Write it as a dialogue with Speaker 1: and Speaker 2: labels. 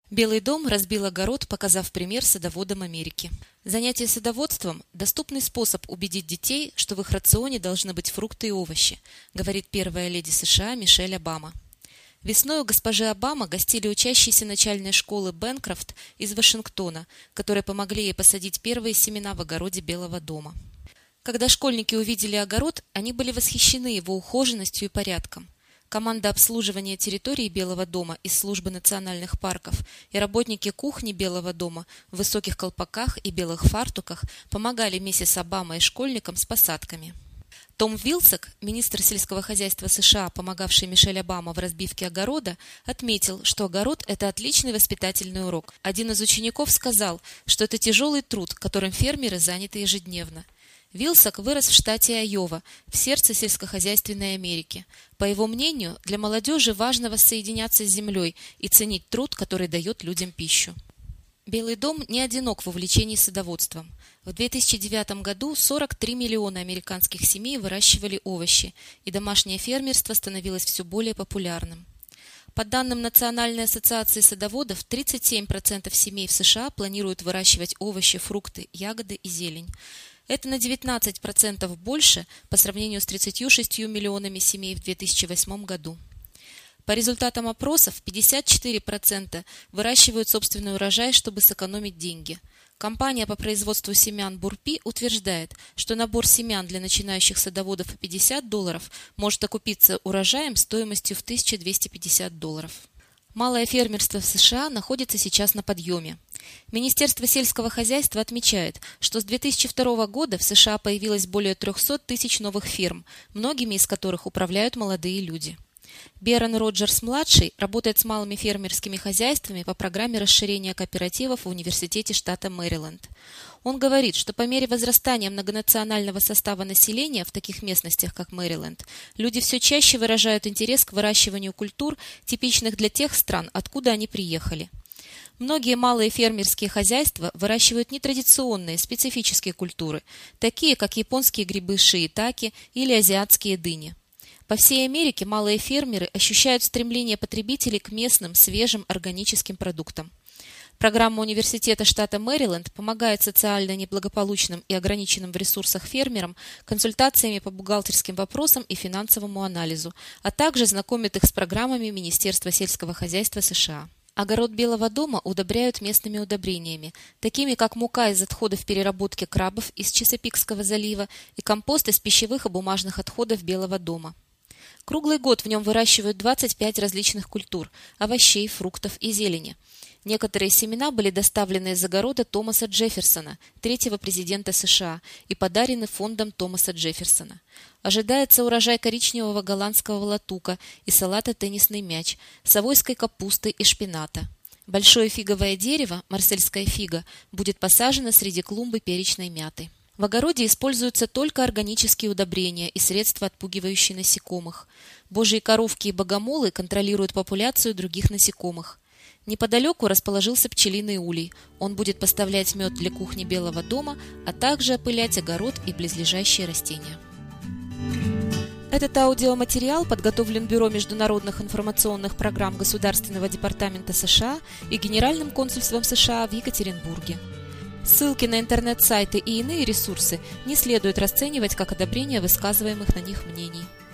Speaker 1: Белый дом разбил огород, показав пример садоводам Америки. Занятие садоводством – доступный способ убедить детей, что в их рационе должны быть фрукты и овощи, говорит первая леди США Мишель Обама. Весной у госпожи Обама гостили учащиеся начальной школы Бэнкрофт из Вашингтона, которые помогли ей посадить первые семена в огороде Белого дома. Когда школьники увидели огород, они были восхищены его ухоженностью и порядком. Команда обслуживания территории Белого дома из службы национальных парков и работники кухни Белого дома в высоких колпаках и белых фартуках помогали миссис Обама и школьникам с посадками. Том Вилсак, министр сельского хозяйства США, помогавший Мишель Обама в разбивке огорода, отметил, что огород – это отличный воспитательный урок. Один из учеников сказал, что это тяжелый труд, которым фермеры заняты ежедневно. Вилсак вырос в штате Айова, в сердце сельскохозяйственной Америки. По его мнению, для молодежи важно воссоединяться с землей и ценить труд, который дает людям пищу. Белый дом не одинок в увлечении садоводством. В 2009 году 43 миллиона американских семей выращивали овощи, и домашнее фермерство становилось все более популярным. По данным Национальной ассоциации садоводов, 37% семей в США планируют выращивать овощи, фрукты, ягоды и зелень. Это на 19% больше по сравнению с 36 миллионами семей в 2008 году. По результатам опросов, 54% выращивают собственный урожай, чтобы сэкономить деньги. Компания по производству семян Бурпи утверждает, что набор семян для начинающих садоводов по $50 может окупиться урожаем стоимостью в $1250. Малое фермерство в США находится сейчас на подъеме. Министерство сельского хозяйства отмечает, что с 2002 года в США появилось более 300 тысяч новых ферм, многими из которых управляют молодые люди. Берон Роджерс-младший работает с малыми фермерскими хозяйствами по программе расширения кооперативов в университете штата Мэриленд. Он говорит, что по мере возрастания многонационального состава населения в таких местностях, как Мэриленд, люди все чаще выражают интерес к выращиванию культур, типичных для тех стран, откуда они приехали. Многие малые фермерские хозяйства выращивают нетрадиционные, специфические культуры, такие как японские грибы шиитаке или азиатские дыни. По всей Америке малые фермеры ощущают стремление потребителей к местным, свежим, органическим продуктам. Программа университета штата Мэриленд помогает социально неблагополучным и ограниченным в ресурсах фермерам консультациями по бухгалтерским вопросам и финансовому анализу, а также знакомит их с программами Министерства сельского хозяйства США. Огород Белого дома удобряют местными удобрениями, такими как мука из отходов переработки крабов из Чесапикского залива и компост из пищевых и бумажных отходов Белого дома. Круглый год в нем выращивают 25 различных культур – овощей, фруктов и зелени. Некоторые семена были доставлены из огорода Томаса Джефферсона, третьего президента США, и подарены фондом Томаса Джефферсона. Ожидается урожай коричневого голландского латука и салата «Теннисный мяч», совойской капусты и шпината. Большое фиговое дерево, марсельская фига, будет посажено среди клумбы перечной мяты. В огороде используются только органические удобрения и средства, отпугивающие насекомых. Божьи коровки и богомолы контролируют популяцию других насекомых. Неподалеку расположился пчелиный улей. Он будет поставлять мед для кухни Белого дома, а также опылять огород и близлежащие растения. Этот аудиоматериал подготовлен Бюро международных информационных программ Государственного департамента США и Генеральным консульством США в Екатеринбурге. Ссылки на интернет-сайты и иные ресурсы не следует расценивать как одобрение высказываемых на них мнений.